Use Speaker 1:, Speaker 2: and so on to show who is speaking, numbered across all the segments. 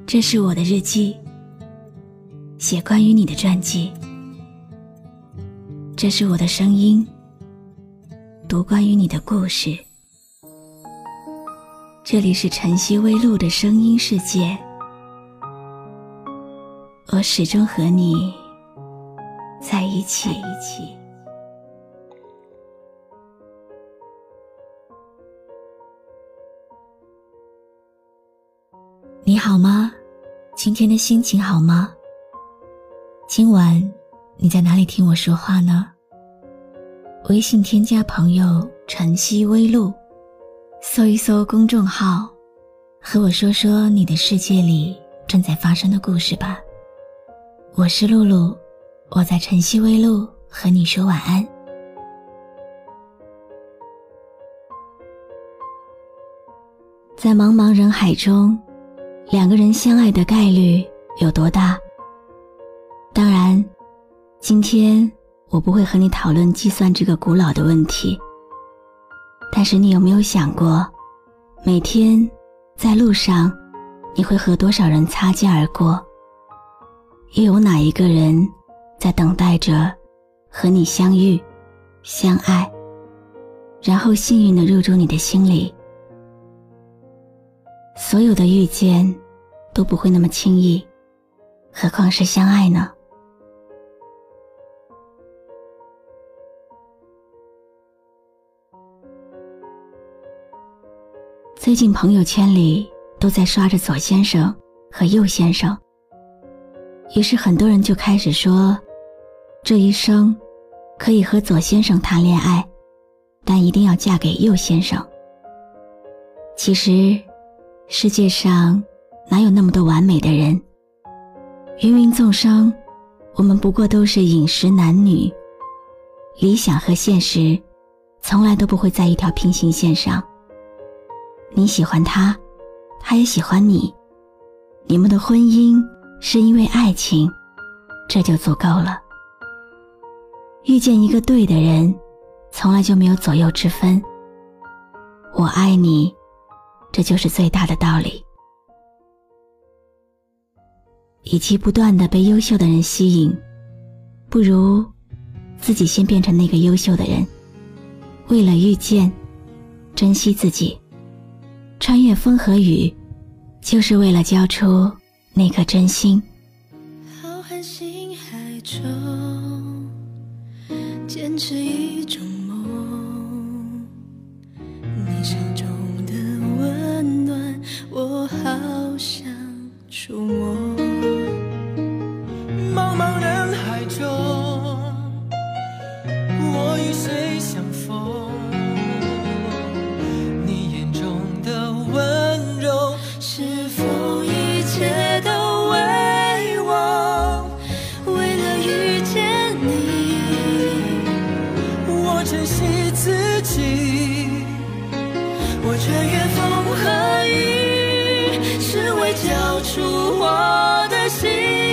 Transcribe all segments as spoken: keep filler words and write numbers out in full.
Speaker 1: 这是我的日记，写关于你的传记。这是我的声音，读关于你的故事。这里是晨曦微露的声音世界，我始终和你在一起。你好吗？今天的心情好吗？今晚你在哪里听我说话呢？微信添加朋友晨曦微露，搜一搜公众号，和我说说你的世界里正在发生的故事吧。我是露露，我在晨曦微露和你说晚安。在茫茫人海中，两个人相爱的概率有多大？当然，今天我不会和你讨论计算这个古老的问题。但是你有没有想过，每天在路上，你会和多少人擦肩而过？又有哪一个人在等待着和你相遇、相爱，然后幸运地入住你的心里？所有的遇见都不会那么轻易，何况是相爱呢？最近朋友圈里都在刷着左先生和右先生，于是很多人就开始说，这一生可以和左先生谈恋爱，但一定要嫁给右先生。其实世界上哪有那么多完美的人？芸芸众生，我们不过都是饮食男女，理想和现实从来都不会在一条平行线上。你喜欢他，他也喜欢你，你们的婚姻是因为爱情，这就足够了。遇见一个对的人，从来就没有左右之分。我爱你，这就是最大的道理。与其不断地被优秀的人吸引，不如自己先变成那个优秀的人。为了遇见，珍惜自己，穿越风和雨，就是为了交出那颗真心。
Speaker 2: 浩瀚星海中，坚持一种梦，你手中的温暖，我好想触摸。
Speaker 3: 茫茫人海中，我与谁相逢？你眼中的温柔，
Speaker 2: 是否一切都为我？为了遇见你，
Speaker 3: 我珍惜自己，
Speaker 2: 我穿越风和雨，是为交出我的心。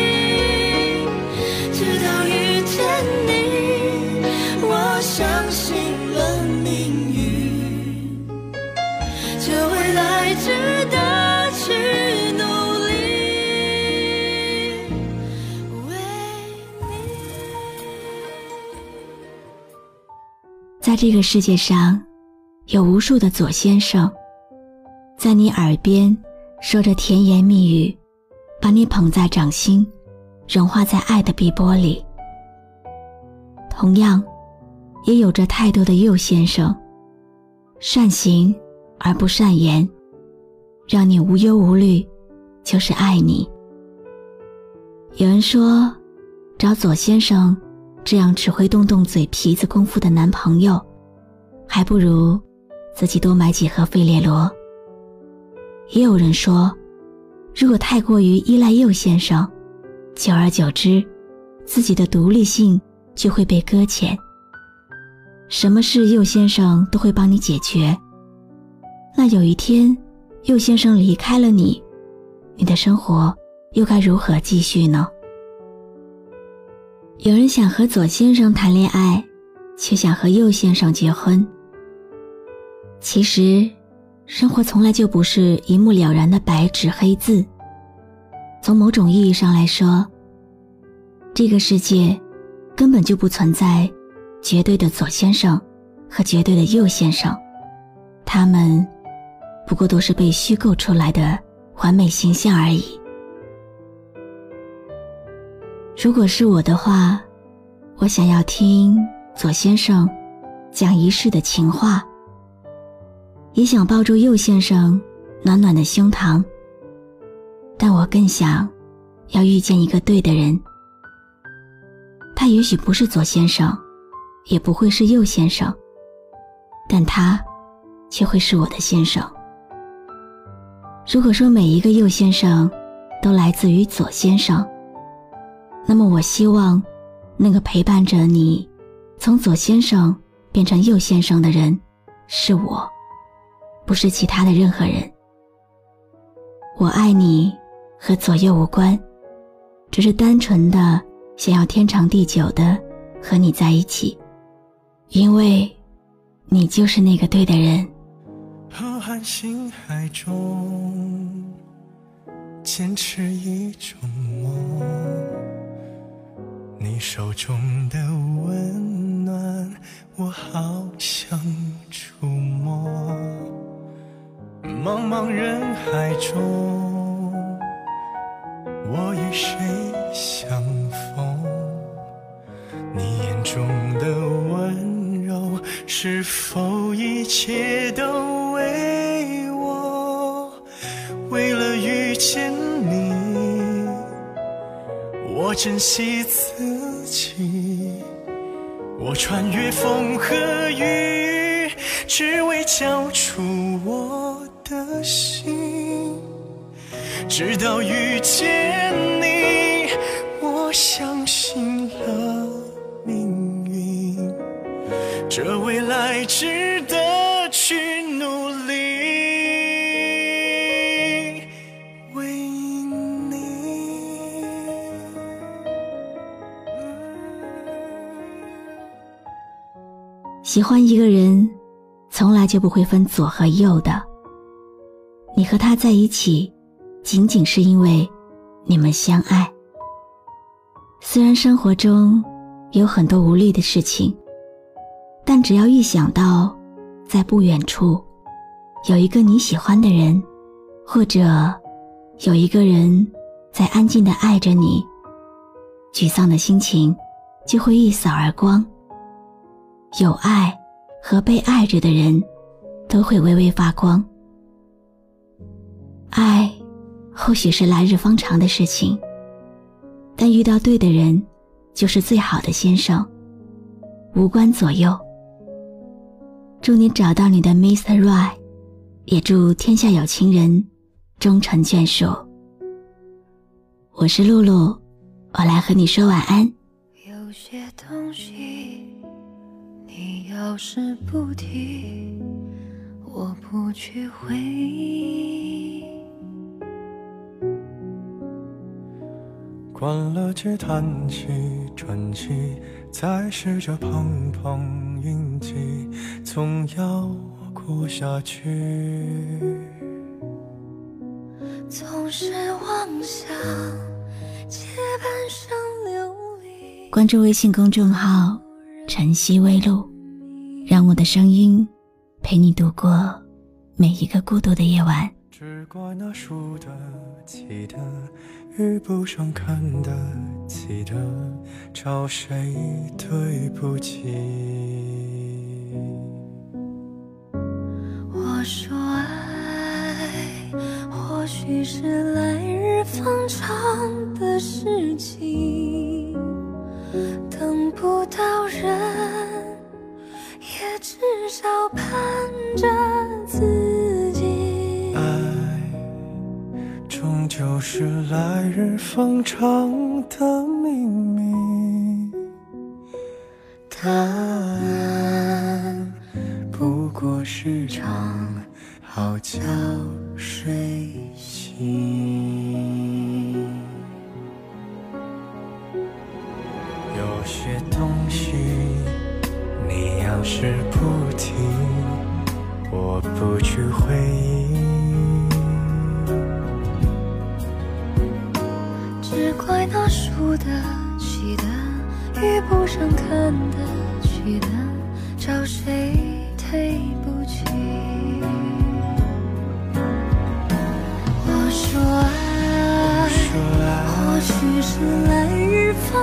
Speaker 2: 直到遇见你，我相信了命运，这未来值得去努力，为你。
Speaker 1: 在这个世界上，有无数的左先生，在你耳边说着甜言蜜语，把你捧在掌心，融化在爱的碧波里。同样，也有着太多的右先生，善行而不善言，让你无忧无虑，就是爱你。有人说，找左先生这样只会动动嘴皮子功夫的男朋友，还不如自己多买几盒费列罗。也有人说，如果太过于依赖右先生，久而久之，自己的独立性就会被搁浅。什么事右先生都会帮你解决，那有一天右先生离开了你，你的生活又该如何继续呢？有人想和左先生谈恋爱，却想和右先生结婚。其实生活从来就不是一目了然的白纸黑字， 从某种意义上来说，这个世界根本就不存在绝对的左先生和绝对的右先生，他们不过都是被虚构出来的完美形象而已。如果是我的话，我想要听左先生讲一世的情话，也想抱住右先生暖暖的胸膛，但我更想要遇见一个对的人。他也许不是左先生，也不会是右先生，但他却会是我的先生。如果说每一个右先生都来自于左先生，那么我希望那个陪伴着你从左先生变成右先生的人是我，不是其他的任何人。我爱你和左右无关，只是单纯的想要天长地久的和你在一起，因为你就是那个对的人。
Speaker 3: 浩瀚星海中坚持一种梦，你手中的温暖我好想触摸，茫茫人海中我与谁相逢，你眼中的温柔是否一切都为我，为了遇见你我珍惜自己，我穿越风和雨，只为交出我的心。直到遇见你，我相信了命运，这未来值得去努力。为你
Speaker 1: 喜欢一个人从来就不会分左和右的，你和他在一起仅仅是因为你们相爱。虽然生活中有很多无力的事情，但只要一想到在不远处有一个你喜欢的人，或者有一个人在安静地爱着你，沮丧的心情就会一扫而光。有爱和被爱着的人都会微微发光。爱或许是来日方长的事情，但遇到对的人就是最好的先生，无关左右。祝你找到你的 Mister Right， 也祝天下有情人终成眷属。我是露露，我来和你说晚安。
Speaker 2: 有些东西你要是不提，我不去回忆。
Speaker 3: 关了机叹气传奇，再试着碰碰运气，总要过下去。
Speaker 2: 总是妄想借半生流离。
Speaker 1: 关注微信公众号晨曦微露，让我的声音陪你度过每一个孤独的夜晚。
Speaker 3: 只怪那输得起的遇不上看得起的，找谁对不起。
Speaker 2: 我说爱或许是来日方长的事情，等不到人也至少盼着自己。
Speaker 3: 爱终究是来日方长的秘密，答案不过是场好觉睡醒。有些东西你要是不提，我不去回忆。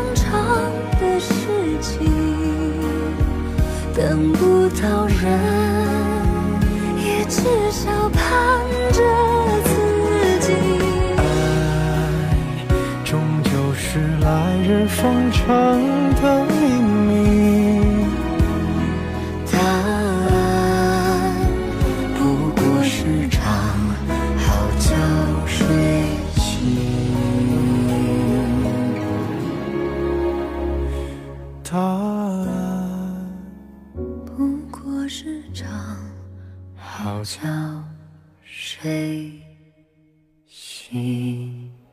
Speaker 2: 常的事情，等不到人，也至少盼着自己。
Speaker 3: 爱终究是来日方长的秘密，
Speaker 2: 答案不过是场好觉睡醒。
Speaker 3: 答案
Speaker 2: 不过是场好觉睡醒。